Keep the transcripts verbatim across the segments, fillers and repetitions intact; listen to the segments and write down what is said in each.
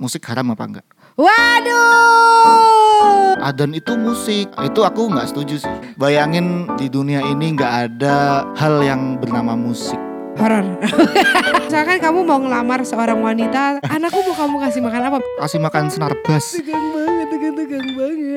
musik haram apa enggak? Waduh. Adzan itu musik, itu aku nggak setuju sih. Bayangin di dunia ini nggak ada hal yang bernama musik. Horor. Misalkan kamu mau ngelamar seorang wanita, anakku mau kamu kasih makan apa? Kasih makan senar bass. Tegang banget, tegang-tegang banget.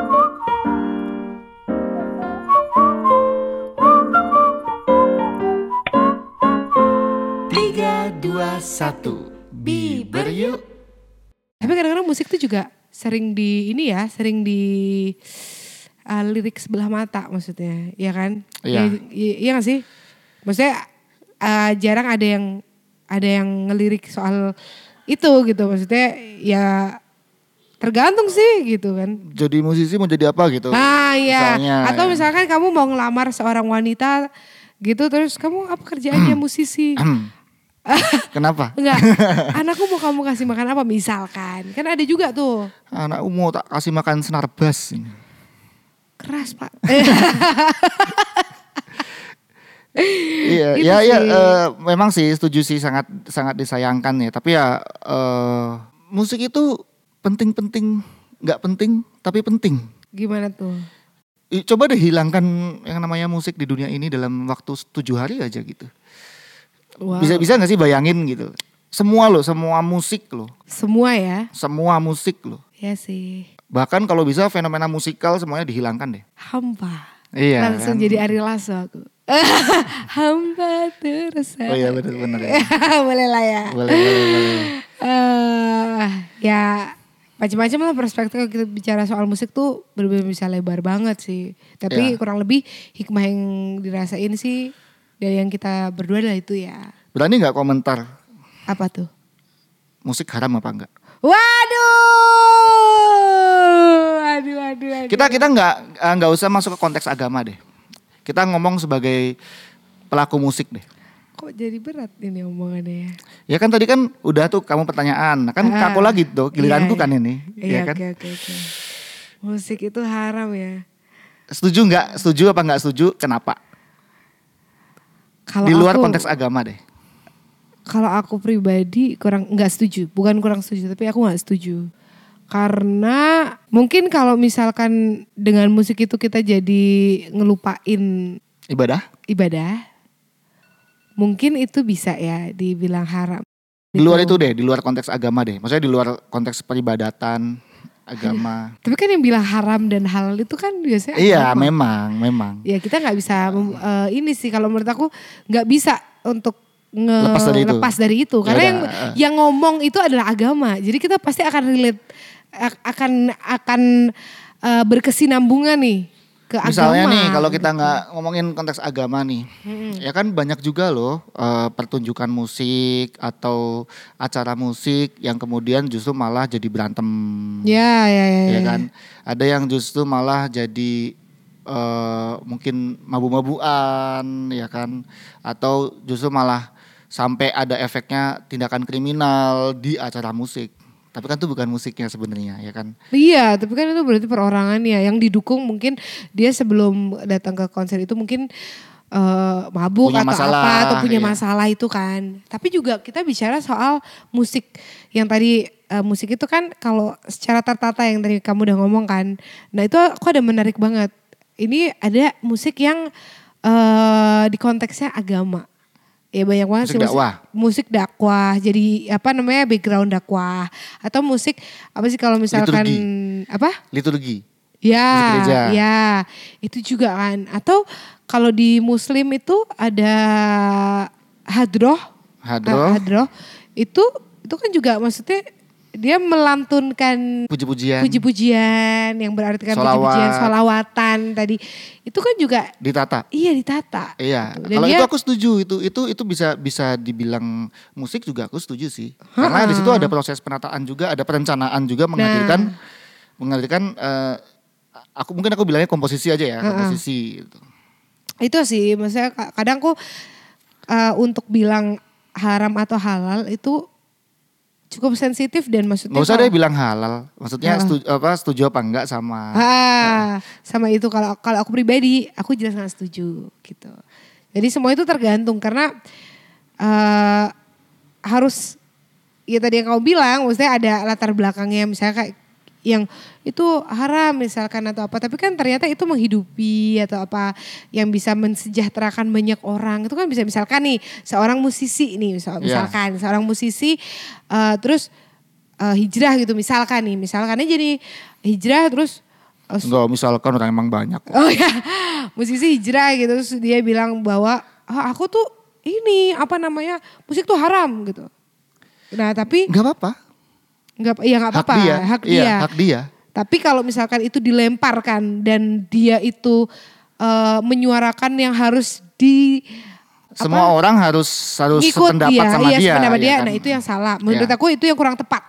Tiga, dua, satu, Bieber yuk. Tapi kadang-kadang musik tuh juga sering di ini ya, sering di uh, lirik sebelah mata maksudnya, ya kan? Iya. Iya, iya gak sih? Maksudnya uh, jarang ada yang ada yang ngelirik soal itu gitu, maksudnya ya tergantung sih gitu kan. Jadi musisi mau jadi apa gitu? Ah iya. Misalnya, atau ya. misalkan kamu mau ngelamar seorang wanita gitu, terus kamu apa kerjaannya musisi? Kenapa? Enggak, anakku mau kamu kasih makan apa misalkan. Kan ada juga tuh. Anakku mau tak kasih makan senar bass. Keras pak. Iya, Gitu ya, ya, sih. eh, memang sih setuju sih, sangat sangat disayangkan ya. Tapi ya eh, musik itu penting-penting, nggak penting tapi penting. Gimana tuh? I- Coba deh hilangkan yang namanya musik di dunia ini dalam waktu tujuh hari aja gitu. Wow. Bisa-bisa nggak sih bayangin gitu? Semua loh, semua musik loh, Semua ya? semua musik loh. Ya sih. Bahkan kalau bisa fenomena musikal semuanya dihilangkan deh. Hampa. Iya. Langsung kan? jadi Ari Lasso aku. Hamba terus. Oh iya benar-benar ya. Boleh lah ya. Boleh, boleh, boleh. Eh, ya macam-macam lah perspektif kalau kita bicara soal musik tuh benar-benar bisa lebar banget sih. Tapi Ya. kurang lebih hikmah yang dirasain sih dari yang kita berdua adalah itu ya. Berani nggak komentar Apa tuh? musik haram apa enggak? Waduh, aduh, aduh, aduh. Kita kita nggak eh, nggak usah masuk ke konteks agama deh. Kita ngomong sebagai pelaku musik deh. Kok jadi berat ini omongannya ya? Ya kan tadi kan udah tuh kamu pertanyaan, kan Ah, aku lagi tuh giliranku iya, kan ini, Iya, ya kan? oke, oke, oke. Musik itu haram ya. Setuju nggak? Setuju apa nggak setuju? Kenapa? Kalau Di luar aku, konteks agama deh. Kalau aku pribadi kurang nggak setuju, bukan kurang setuju, tapi aku nggak setuju. Karena mungkin kalau misalkan dengan musik itu kita jadi ngelupain Ibadah? ibadah, mungkin itu bisa ya dibilang haram. Di luar Gitu. itu deh, di luar konteks agama deh. Maksudnya di luar konteks peribadatan agama. Tapi kan yang bilang haram dan halal itu kan biasanya Iya, agama. memang, memang. Ya kita nggak bisa mem- eh, ini sih kalau menurut aku nggak bisa untuk nge Lepas dari itu. lepas dari itu. Karena Ya yang udah, eh. yang ngomong itu adalah agama. Jadi kita pasti akan relate, ak- akan akan eh, berkesinambungan nih ke Misalnya agama. nih kalau kita nggak ngomongin konteks agama nih, Mm-mm. ya kan banyak juga loh eh, pertunjukan musik atau acara musik yang kemudian justru malah jadi berantem, Ya, ya, ya, ya ya. kan? Ada yang justru malah jadi eh, mungkin mabu-mabuan, ya kan? Atau justru malah sampai ada efeknya tindakan kriminal di acara musik. Tapi kan itu bukan musiknya sebenarnya, ya kan? Iya, tapi kan itu berarti perorangan ya. Yang didukung mungkin dia sebelum datang ke konser itu mungkin eh, mabuk Punya atau masalah, apa atau punya iya. masalah itu kan. Tapi juga kita bicara soal musik yang tadi eh, musik itu kan kalau secara tertata yang tadi kamu udah ngomong kan. Nah itu aku ada menarik banget. Ini ada musik yang eh, di konteksnya agama. Ya banyak banget Musik sih dakwah. musik dakwah. Jadi apa namanya background dakwah atau musik apa sih kalau misalkan Liturgi. apa? Liturgi. Ya, Musik gereja. ya itu juga kan. Atau kalau di Muslim itu ada hadroh, Hadroh. Ha- hadroh itu itu kan juga maksudnya dia melantunkan Puji-pujian. puji-pujian yang berarti kan Sholawat. puji-pujian, sholawatan tadi itu kan juga Ditata. iya ditata. Iya, gitu. Dan kalau dia- itu aku setuju, itu itu itu bisa bisa dibilang musik juga aku setuju sih. Karena di situ ada proses penataan juga, ada perencanaan juga menghadirkan menghadirkan eh, aku mungkin aku bilangnya komposisi aja ya, komposisi gitu. Itu sih maksudnya ka- kadang aku uh, untuk bilang haram atau halal itu cukup sensitif dan maksudnya Nggak usah kalau- deh bilang halal, maksudnya Ah. setuju, apa setuju apa enggak sama. Ah, sama itu kalau kalau aku pribadi aku jelas nggak setuju gitu. Jadi semua itu tergantung karena uh, harus ya tadi yang kamu bilang, maksudnya ada latar belakangnya misalnya kayak yang itu haram misalkan atau apa, tapi kan ternyata itu menghidupi atau apa yang bisa mensejahterakan banyak orang. Itu kan bisa misalkan nih seorang musisi nih misal, misalkan yeah. seorang musisi uh, terus uh, hijrah gitu misalkan nih, misalkannya jadi hijrah terus uh, enggak misalkan orang emang banyak. Oh ya, musisi hijrah gitu terus dia bilang bahwa ah, aku tuh ini apa namanya musik tuh haram gitu. Nah tapi nggak apa-apa. Nggak, ya nggak apa-apa, hak dia, hak iya, dia. hak dia. Tapi kalau misalkan itu dilemparkan dan dia itu uh, menyuarakan yang harus di semua apa, orang harus harus ngikut sependapat dia, sama iya, dia. Sependapat ya dia, kan? Nah itu yang salah. Menurut ya. aku itu yang kurang tepat.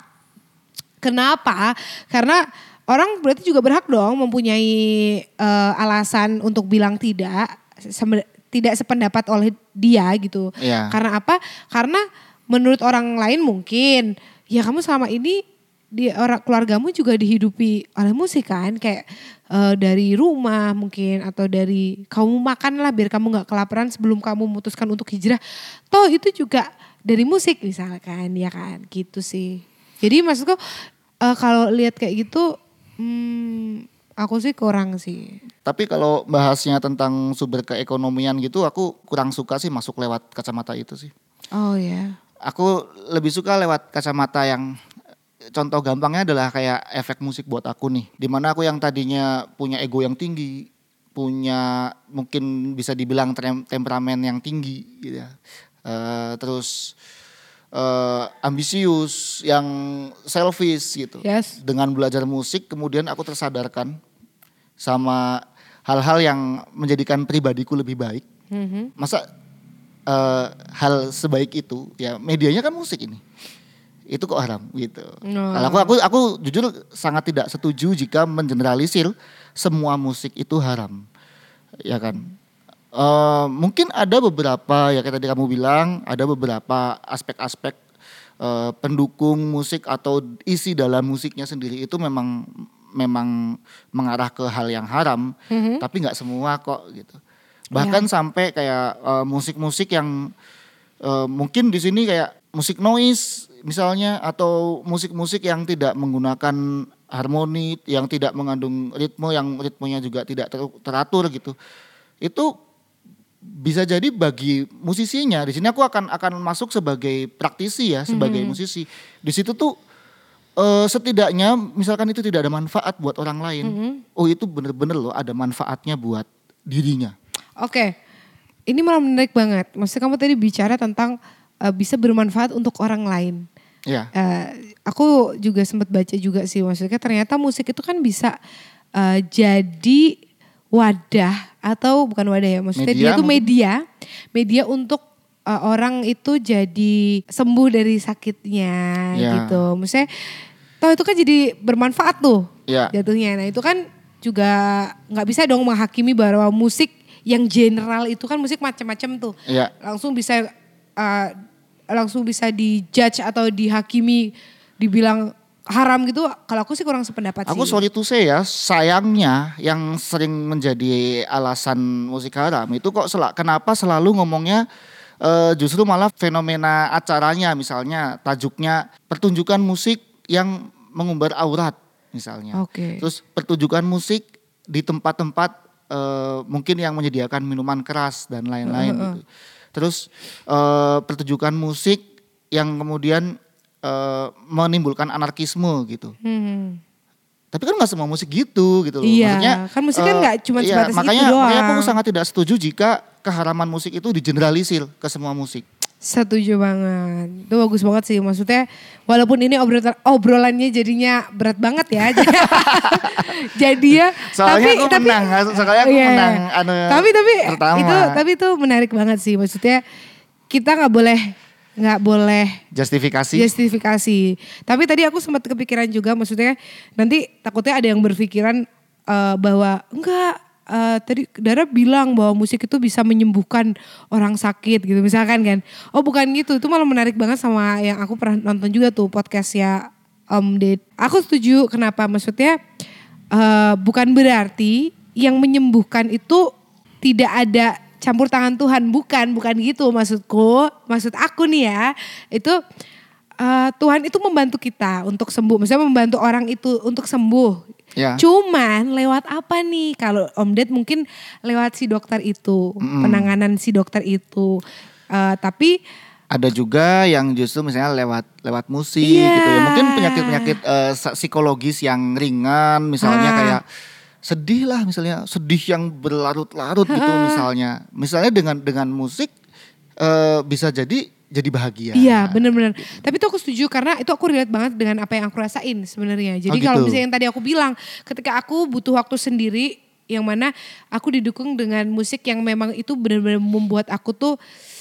Kenapa? Karena orang berarti juga berhak dong mempunyai uh, alasan untuk bilang tidak, tidak sependapat oleh dia gitu. Ya. Karena apa? Karena menurut orang lain mungkin ya kamu selama ini di orang keluargamu juga dihidupi oleh musik kan, kayak uh, dari rumah mungkin atau dari kamu makan lah biar kamu nggak kelaparan sebelum kamu memutuskan untuk hijrah. Toh itu juga dari musik misalkan, ya kan, gitu sih. Jadi maksudku uh, kalau lihat kayak gitu, hmm, aku sih kurang sih. Tapi kalau bahasnya tentang sumber keekonomian gitu, aku kurang suka sih masuk lewat kacamata itu sih. Oh ya. Aku lebih suka lewat kacamata yang contoh gampangnya adalah kayak efek musik buat aku nih. Dimana aku yang tadinya punya ego yang tinggi, punya mungkin bisa dibilang tem- temperamen yang tinggi gitu ya. Uh, terus uh, ambisius, yang selfish gitu. Yes. Dengan belajar musik kemudian aku tersadarkan sama hal-hal yang menjadikan pribadiku lebih baik. Mm-hmm. Masa Uh, hal sebaik itu ya medianya kan musik ini itu kok haram gitu. No. Aku aku aku jujur sangat tidak setuju jika mengeneralisir semua musik itu haram, ya kan. Uh, mungkin ada beberapa ya kayak tadi kamu bilang ada beberapa aspek-aspek uh, pendukung musik atau isi dalam musiknya sendiri itu memang memang mengarah ke hal yang haram, mm-hmm. tapi nggak semua kok gitu. Bahkan ya. Sampai kayak uh, musik-musik yang uh, mungkin di sini kayak musik noise misalnya atau musik-musik yang tidak menggunakan harmoni, yang tidak mengandung ritme, yang ritmenya juga tidak ter- teratur gitu. Itu bisa jadi bagi musisinya. Di sini aku akan akan masuk sebagai praktisi ya, sebagai mm-hmm. musisi. Di situ tuh uh, setidaknya misalkan itu tidak ada manfaat buat orang lain. Mm-hmm. Oh itu bener-bener loh ada manfaatnya buat dirinya. Oke, okay. Ini malah menarik banget. Maksudnya kamu tadi bicara tentang uh, bisa bermanfaat untuk orang lain. Iya. Uh, aku juga sempat baca juga sih, maksudnya ternyata musik itu kan bisa uh, jadi wadah atau bukan wadah ya, maksudnya media, dia tuh media, media untuk uh, orang itu jadi sembuh dari sakitnya ya. Gitu. Maksudnya, toh itu kan jadi bermanfaat tuh ya. Jatuhnya. Nah itu kan juga nggak bisa dong menghakimi bahwa musik yang general itu kan musik macam-macam tuh, ya. langsung bisa uh, langsung bisa dijudge atau dihakimi, dibilang haram gitu. Kalau aku sih kurang sependapat aku sih. Aku sorry to say ya, sayangnya yang sering menjadi alasan musik haram itu kok sel- kenapa selalu ngomongnya uh, justru malah fenomena acaranya, misalnya tajuknya pertunjukan musik yang mengumbar aurat misalnya. Okay. Terus pertunjukan musik di tempat-tempat Uh, mungkin yang menyediakan minuman keras dan lain-lain uh, uh, uh. gitu. Terus uh, pertunjukan musik yang kemudian uh, menimbulkan anarkisme gitu. Hmm. Tapi kan nggak semua musik gitu gitu loh. Iya, maksudnya kan musik uh, kan nggak cuma iya, sebatas makanya, itu doang. Makanya aku sangat tidak setuju jika keharaman musik itu digeneralisir ke semua musik. Setuju banget. Itu bagus banget sih. Maksudnya walaupun ini obrolan, obrolannya jadinya berat banget ya. Jadi ya. Soalnya tapi, aku tapi, menang. Soalnya aku iya, menang. Anu, tapi tapi pertama. itu tapi itu menarik banget sih. Maksudnya kita nggak boleh nggak boleh justifikasi. Justifikasi. Tapi tadi aku sempat kepikiran juga. Maksudnya nanti takutnya ada yang berpikiran uh, bahwa enggak. Uh, tadi Dara bilang bahwa musik itu bisa menyembuhkan orang sakit gitu misalkan kan. Oh bukan gitu, itu malah menarik banget sama yang aku pernah nonton juga tuh podcastnya Om Ded. Aku setuju, kenapa? Maksudnya uh, bukan berarti yang menyembuhkan itu tidak ada campur tangan Tuhan, bukan, bukan gitu maksudku. Maksud aku nih ya, itu uh, Tuhan itu membantu kita untuk sembuh. Maksudnya membantu orang itu untuk sembuh. Ya. Cuman lewat apa nih? Kalau Om Ded mungkin lewat si dokter itu, mm-hmm. penanganan si dokter itu. Uh, tapi ada juga yang justru misalnya lewat lewat musik yeah. gitu ya. Mungkin penyakit-penyakit uh, psikologis yang ringan, misalnya ah. kayak sedih lah, misalnya sedih yang berlarut-larut gitu uh. misalnya. Misalnya dengan dengan musik uh, bisa jadi jadi bahagia. Iya benar-benar. Gitu. Tapi itu aku setuju karena itu aku relate banget dengan apa yang aku rasain sebenarnya. Jadi oh, gitu. Kalau misalnya yang tadi aku bilang, ketika aku butuh waktu sendiri, yang mana aku didukung dengan musik yang memang itu benar-benar membuat aku tuh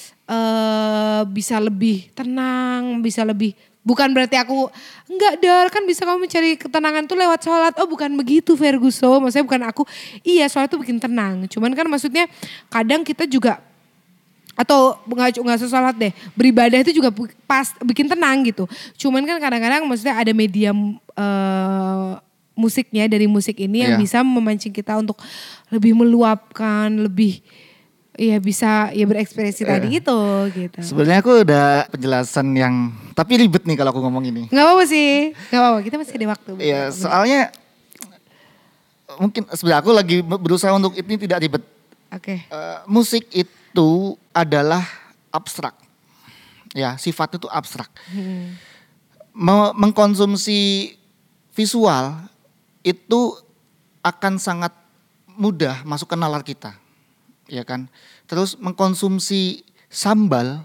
uh, bisa lebih tenang, bisa lebih. Bukan berarti aku enggak Dar, kan bisa kamu mencari ketenangan tuh lewat sholat. Oh bukan begitu Ferguson, maksudnya bukan aku. Iya sholat tuh bikin tenang. Cuman kan maksudnya kadang kita juga atau nggak nggak sholat deh, beribadah itu juga pas bikin tenang gitu. Cuman kan kadang-kadang maksudnya ada media uh, musiknya dari musik ini yang yeah. bisa memancing kita untuk lebih meluapkan, lebih ya bisa ya berekspresi yeah. tadi itu gitu. Sebenarnya aku udah penjelasan yang tapi ribet nih kalau aku ngomong ini. Nggak apa-apa sih, nggak apa-apa, kita masih ada waktu. Iya soalnya mungkin sebenarnya aku lagi berusaha untuk ini tidak ribet. Oke. Okay. Uh, musik itu adalah abstrak, ya sifatnya itu abstrak. Hmm. Me- mengkonsumsi visual itu akan sangat mudah masuk ke nalar kita, ya kan. Terus mengkonsumsi sambal,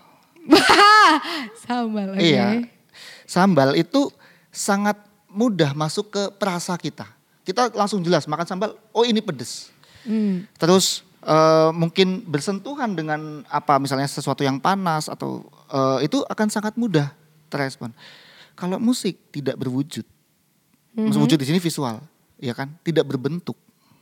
sambal, okay. Iya, sambal itu sangat mudah masuk ke perasa kita. Kita langsung jelas makan sambal, oh ini pedes. Hmm. Terus Uh, mungkin bersentuhan dengan apa misalnya sesuatu yang panas atau uh, itu akan sangat mudah terrespon. Kalau musik tidak berwujud, mm-hmm. wujud di sini visual, ya kan, tidak berbentuk,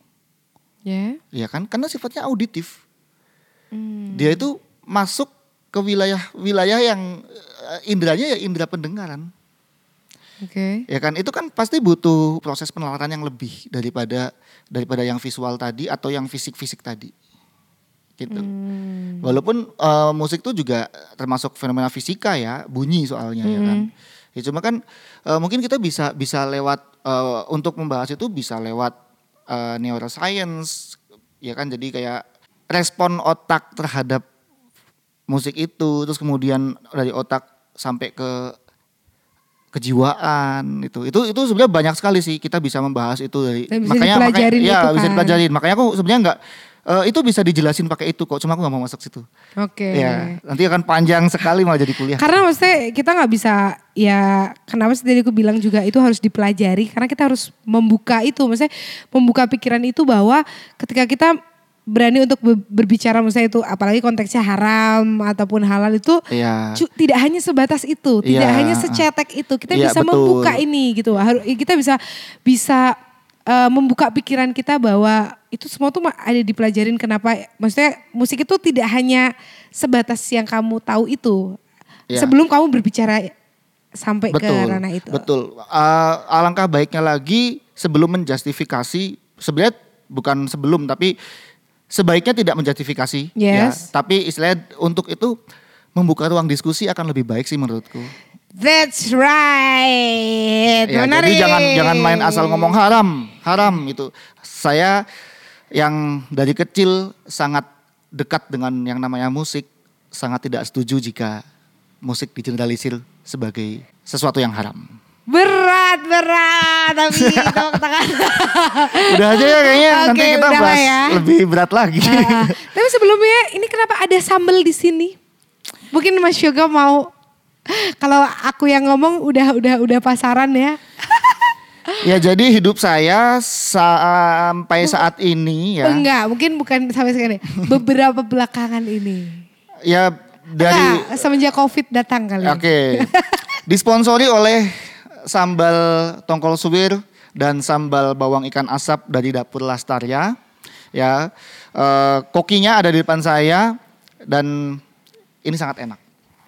ya, yeah. ya kan, karena sifatnya auditif. Mm. Dia itu masuk ke wilayah-wilayah yang uh, indranya ya indera pendengaran. Oke. Okay. Ya kan, itu kan pasti butuh proses penelatan yang lebih daripada daripada yang visual tadi atau yang fisik-fisik tadi. Gitu. Hmm. Walaupun uh, musik itu juga termasuk fenomena fisika ya, bunyi soalnya hmm. ya kan. Ya cuma kan uh, mungkin kita bisa bisa lewat uh, untuk membahas itu bisa lewat uh, neuroscience ya kan, jadi kayak respon otak terhadap musik itu, terus kemudian dari otak sampai ke kejiwaan itu itu itu sebenarnya banyak sekali sih kita bisa membahas itu dari bisa makanya makanya ya kan. bisa dipelajarin, makanya aku sebenarnya nggak uh, itu bisa dijelasin pakai itu kok, cuma aku nggak mau masuk situ. Oke. Okay. Ya nanti akan panjang sekali malah jadi kuliah. Karena maksudnya kita nggak bisa ya, kenapa sih tadi aku bilang juga itu harus dipelajari karena kita harus membuka itu, maksudnya membuka pikiran itu bahwa ketika kita berani untuk berbicara misalnya itu apalagi konteksnya haram ataupun halal itu ya. cu- tidak hanya sebatas itu, tidak ya. hanya secetek itu, kita ya, bisa betul. membuka ini gitu, harus kita bisa bisa uh, membuka pikiran kita bahwa itu semua tuh ada dipelajarin. Kenapa maksudnya musik itu tidak hanya sebatas yang kamu tahu itu ya. Sebelum kamu berbicara sampai betul, ke ranah itu. Betul. Uh, alangkah baiknya lagi sebelum menjustifikasi, sebenarnya bukan sebelum tapi sebaiknya tidak menjustifikasi, yes. ya. Tapi istilahnya untuk itu membuka ruang diskusi akan lebih baik sih menurutku. That's right. Ya, jadi jangan jangan main asal ngomong haram, haram itu. Saya yang dari kecil sangat dekat dengan yang namanya musik, sangat tidak setuju jika musik digeneralisir sebagai sesuatu yang haram. Berat, berat, tapi tepuk tangan. Udah aja ya kayaknya, okay, nanti kita bahas ya. Lebih berat lagi. Uh, tapi sebelumnya ini kenapa ada sambal di sini? Mungkin Mas Yoga mau, kalau aku yang ngomong udah udah udah pasaran ya. Ya jadi hidup saya sampai saat ini ya. Enggak, mungkin bukan sampai sekarang. Beberapa belakangan ini. Ya dari. Enggak, semenjak Covid datang kali. Oke, okay. Disponsori oleh sambal tongkol suwir dan sambal bawang ikan asap dari dapur Lastarya. Ya, e, kokinya ada di depan saya dan ini sangat enak.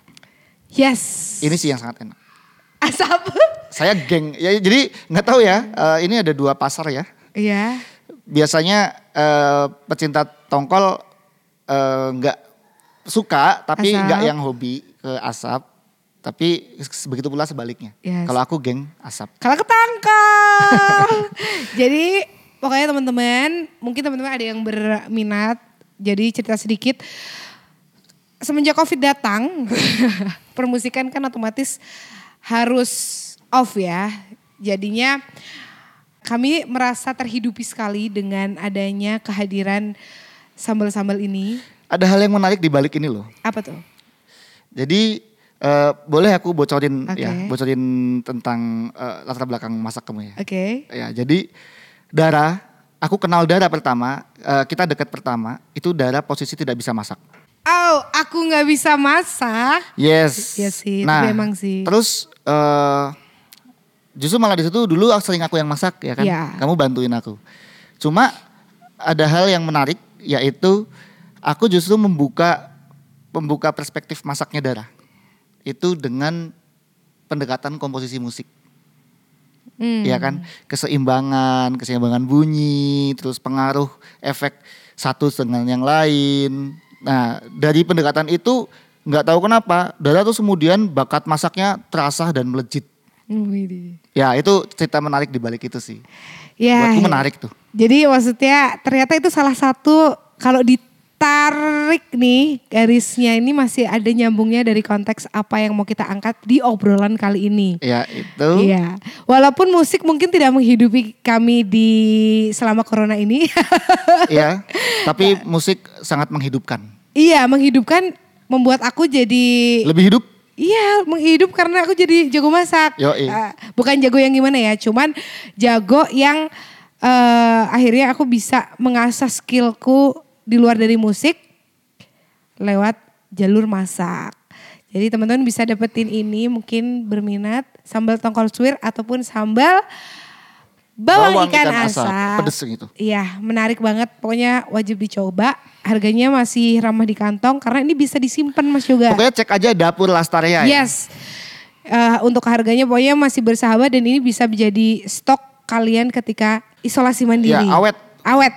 Yes. Ini sih yang sangat enak. Asap. Saya geng, ya jadi nggak tahu ya. E, ini ada dua pasar ya. Iya. Biasanya e, pecinta tongkol e, nggak suka, tapi nggak yang hobi ke asap. Tapi begitu pula sebaliknya. Yes. Kalau aku geng asap. Kalau ketangkap. Jadi pokoknya teman-teman, mungkin teman-teman ada yang berminat. Jadi cerita sedikit. Semenjak Covid datang, permusikan kan otomatis harus off ya. Jadinya kami merasa terhidupi sekali dengan adanya kehadiran sambal-sambal ini. Ada hal yang menarik di balik ini loh. Apa tuh? Jadi uh, boleh aku bocorin Okay. ya, bocorin tentang uh, latar belakang masak kamu ya. Oke. Okay. Ya, jadi Dara, aku kenal Dara pertama, uh, kita dekat pertama, itu Dara posisi tidak bisa masak. Oh, aku nggak bisa masak. Yes. Iya sih, Nah, tapi emang sih. terus uh, justru malah di situ dulu sering aku yang masak ya kan. Ya. Kamu bantuin aku. Cuma ada hal yang menarik yaitu aku justru membuka membuka perspektif masaknya Dara. Itu dengan pendekatan komposisi musik. Hmm. Ya kan, keseimbangan, keseimbangan bunyi, terus pengaruh efek satu dengan yang lain. Nah, dari pendekatan itu nggak tahu kenapa Dara tuh kemudian bakat masaknya terasah dan melejit. Widih. Ya, itu cerita menarik di balik itu sih. Ya. Buatku menarik tuh. Jadi maksudnya ternyata itu salah satu kalau ditarik nih garisnya ini masih ada nyambungnya dari konteks apa yang mau kita angkat di obrolan kali ini. Ya, itu. Iya. Walaupun musik mungkin tidak menghidupi kami di selama corona ini. Iya, tapi musik sangat menghidupkan. Iya, menghidupkan membuat aku jadi Lebih hidup? iya, menghidup karena aku jadi jago masak. Yoi. Uh, bukan jago yang gimana ya, cuman jago yang uh, akhirnya aku bisa mengasah skillku di luar dari musik lewat jalur masak. Jadi teman-teman bisa dapetin ini mungkin berminat sambal tongkol suwir ataupun sambal bawang, Bawang ikan, ikan asap. asap, pedes gitu. Iya, menarik banget. Pokoknya wajib dicoba. Harganya masih ramah di kantong karena ini bisa disimpan Mas Yoga. Pokoknya cek aja Dapur Lastaria ya. Yes. Uh, untuk harganya pokoknya masih bersahabat dan ini bisa menjadi stok kalian ketika isolasi mandiri. Ya, awet. Awet.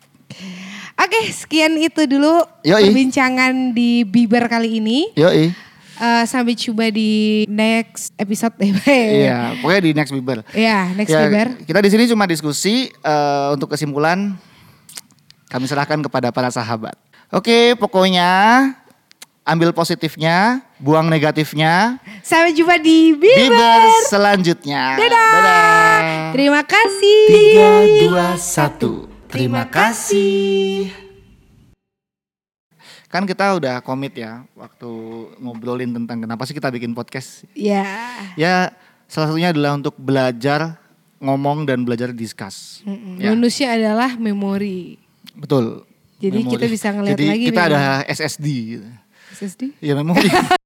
Oke, sekian itu dulu Yoi. perbincangan di Biber kali ini. Yoi. Uh, sampai jumpa di next episode. Iya, pokoknya di next Biber. Iya, next Ya, Biber. kita di sini cuma diskusi, uh, untuk kesimpulan kami serahkan kepada para sahabat. Oke, pokoknya ambil positifnya, buang negatifnya. Sampai jumpa di Biber. Biber selanjutnya. Dadah. Dadah. Terima kasih. Tiga, dua, satu. Terima kasih. Kan kita udah komit ya waktu ngobrolin tentang kenapa sih kita bikin podcast. Ya. Ya salah satunya adalah untuk belajar ngomong dan belajar discuss. Ya. Manusia adalah memori. Betul. Jadi Memori. kita bisa ngeliat Jadi lagi kita memori. ada S S D gitu. S S D? Ya memori.